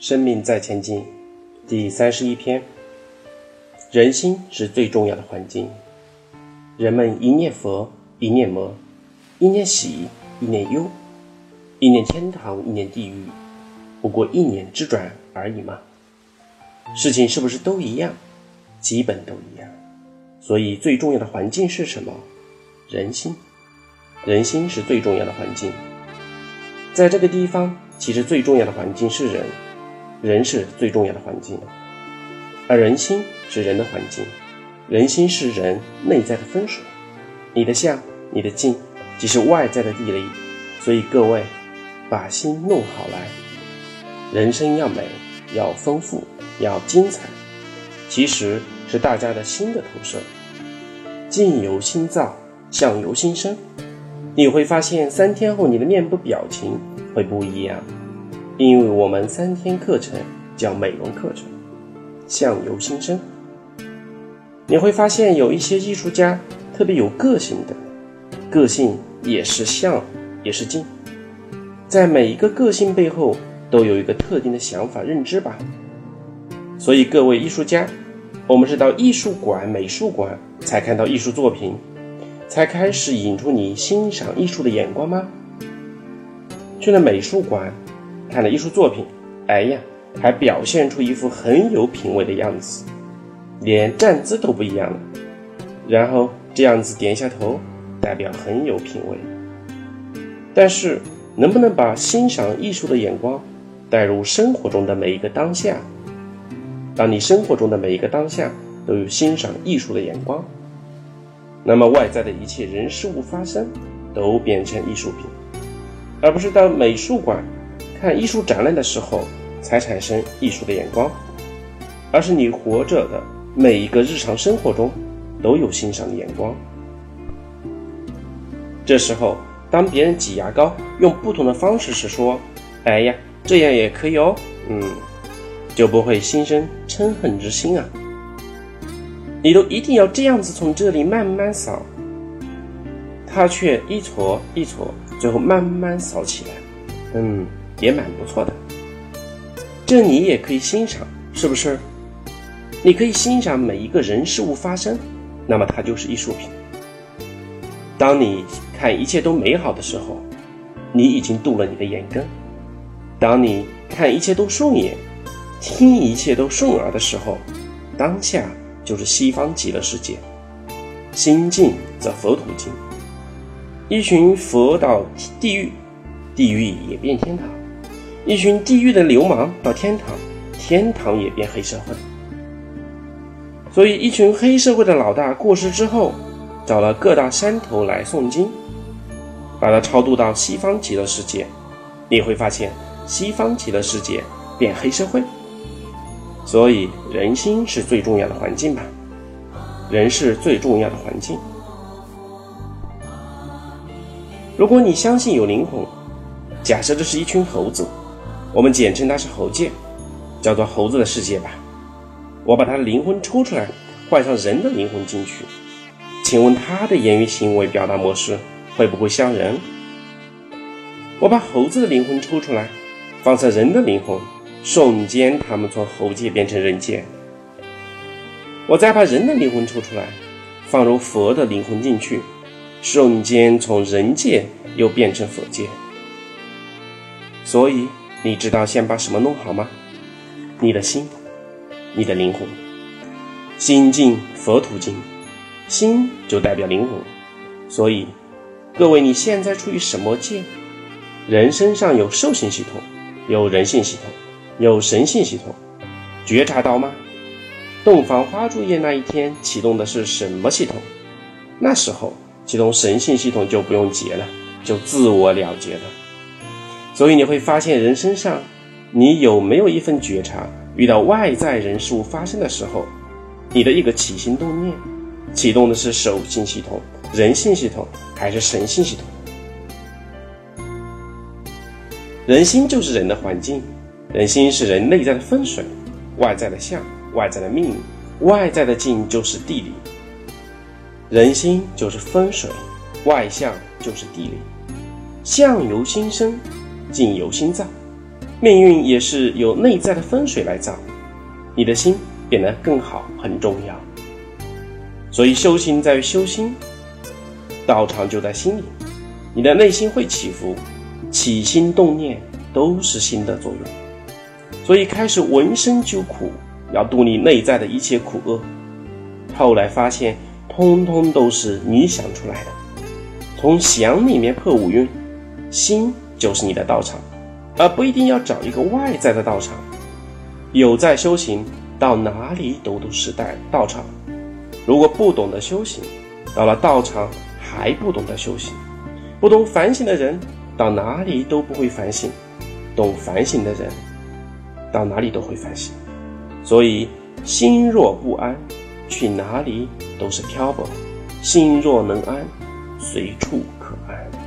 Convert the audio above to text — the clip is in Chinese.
生命在前进第31篇，人心是最重要的环境。人们一念佛，一念魔，一念喜，一念忧，一念天堂，一念地狱，不过一念之转而已嘛。事情是不是都一样？基本都一样。所以最重要的环境是什么？人心。人心是最重要的环境。在这个地方，其实最重要的环境是人，人是最重要的环境，而人心是人的环境，人心是人内在的风水。你的相，你的境，即是外在的地理。所以各位，把心弄好来。人生要美，要丰富，要精彩，其实是大家的心的投射。境由心造，相由心生。你会发现3天后你的面部表情会不一样，因为我们3天课程叫美容课程，相由心生。你会发现有一些艺术家特别有个性的，个性也是相，也是境，在每一个个性背后都有一个特定的想法认知吧。所以各位艺术家，我们是到艺术馆、美术馆才看到艺术作品，才开始引出你欣赏艺术的眼光吗？去了美术馆看了艺术作品，哎呀，还表现出一副很有品味的样子，连站姿都不一样了，然后这样子点一下头，代表很有品味。但是能不能把欣赏艺术的眼光带入生活中的每一个当下？当你生活中的每一个当下都有欣赏艺术的眼光，那么外在的一切人事物发生都变成艺术品，而不是到美术馆看艺术展览的时候才产生艺术的眼光，而是你活着的每一个日常生活中都有欣赏的眼光。这时候当别人挤牙膏用不同的方式时说，哎呀，这样也可以哦，就不会心生嗔恨之心啊。你都一定要这样子从这里慢慢扫，他却一撮一撮，最后慢慢扫起来，也蛮不错的。这你也可以欣赏，是不是？你可以欣赏每一个人事物发生，那么它就是艺术品。当你看一切都美好的时候，你已经渡了你的眼根。当你看一切都顺眼，听一切都顺耳的时候，当下就是西方极乐世界。心静则佛土静。一群佛到地狱，地狱也变天堂；一群地狱的流氓到天堂，天堂也变黑社会。所以一群黑社会的老大过世之后，找了各大山头来诵经，把它超度到西方极乐世界。你会发现西方极乐世界变黑社会。所以人心是最重要的环境吧，人是最重要的环境。如果你相信有灵魂，假设这是一群猴子，我们简称它是猴界，叫做猴子的世界吧。我把它的灵魂抽出来，换上人的灵魂进去，请问他的言语行为表达模式会不会像人？我把猴子的灵魂抽出来，放上人的灵魂，瞬间他们从猴界变成人界。我再把人的灵魂抽出来，放入佛的灵魂进去，瞬间从人界又变成佛界。所以你知道先把什么弄好吗？你的心，你的灵魂。心静佛土静，心就代表灵魂。所以各位，你现在处于什么界？人身上有兽性系统，有人性系统，有神性系统，觉察到吗？洞房花烛夜那一天启动的是什么系统？那时候启动神性系统就不用结了，就自我了结了。所以你会发现人身上你有没有一份觉察，遇到外在人事物发生的时候，你的一个起心动念启动的是兽性系统、人性系统还是神性系统？人心就是人的环境，人心是人内在的风水，外在的相，外在的命运，外在的境就是地理。人心就是风水，外相就是地理。相由心生，境由心造。 命运也是由内在的风水来造，你的心变得更好很重要。所以修行在于修心，道场就在心里，你的内心会起伏，起心动念都是心的作用。所以开始闻声救苦，要度你内在的一切苦厄，后来发现通通都是你想出来的。从想里面破五蕴，心就是你的道场，而不一定要找一个外在的道场。有在修行，到哪里都是道场。如果不懂得修行，到了道场还不懂得修行。不懂反省的人，到哪里都不会反省；懂反省的人，到哪里都会反省。所以心若不安，去哪里都是漂泊；心若能安，随处可安。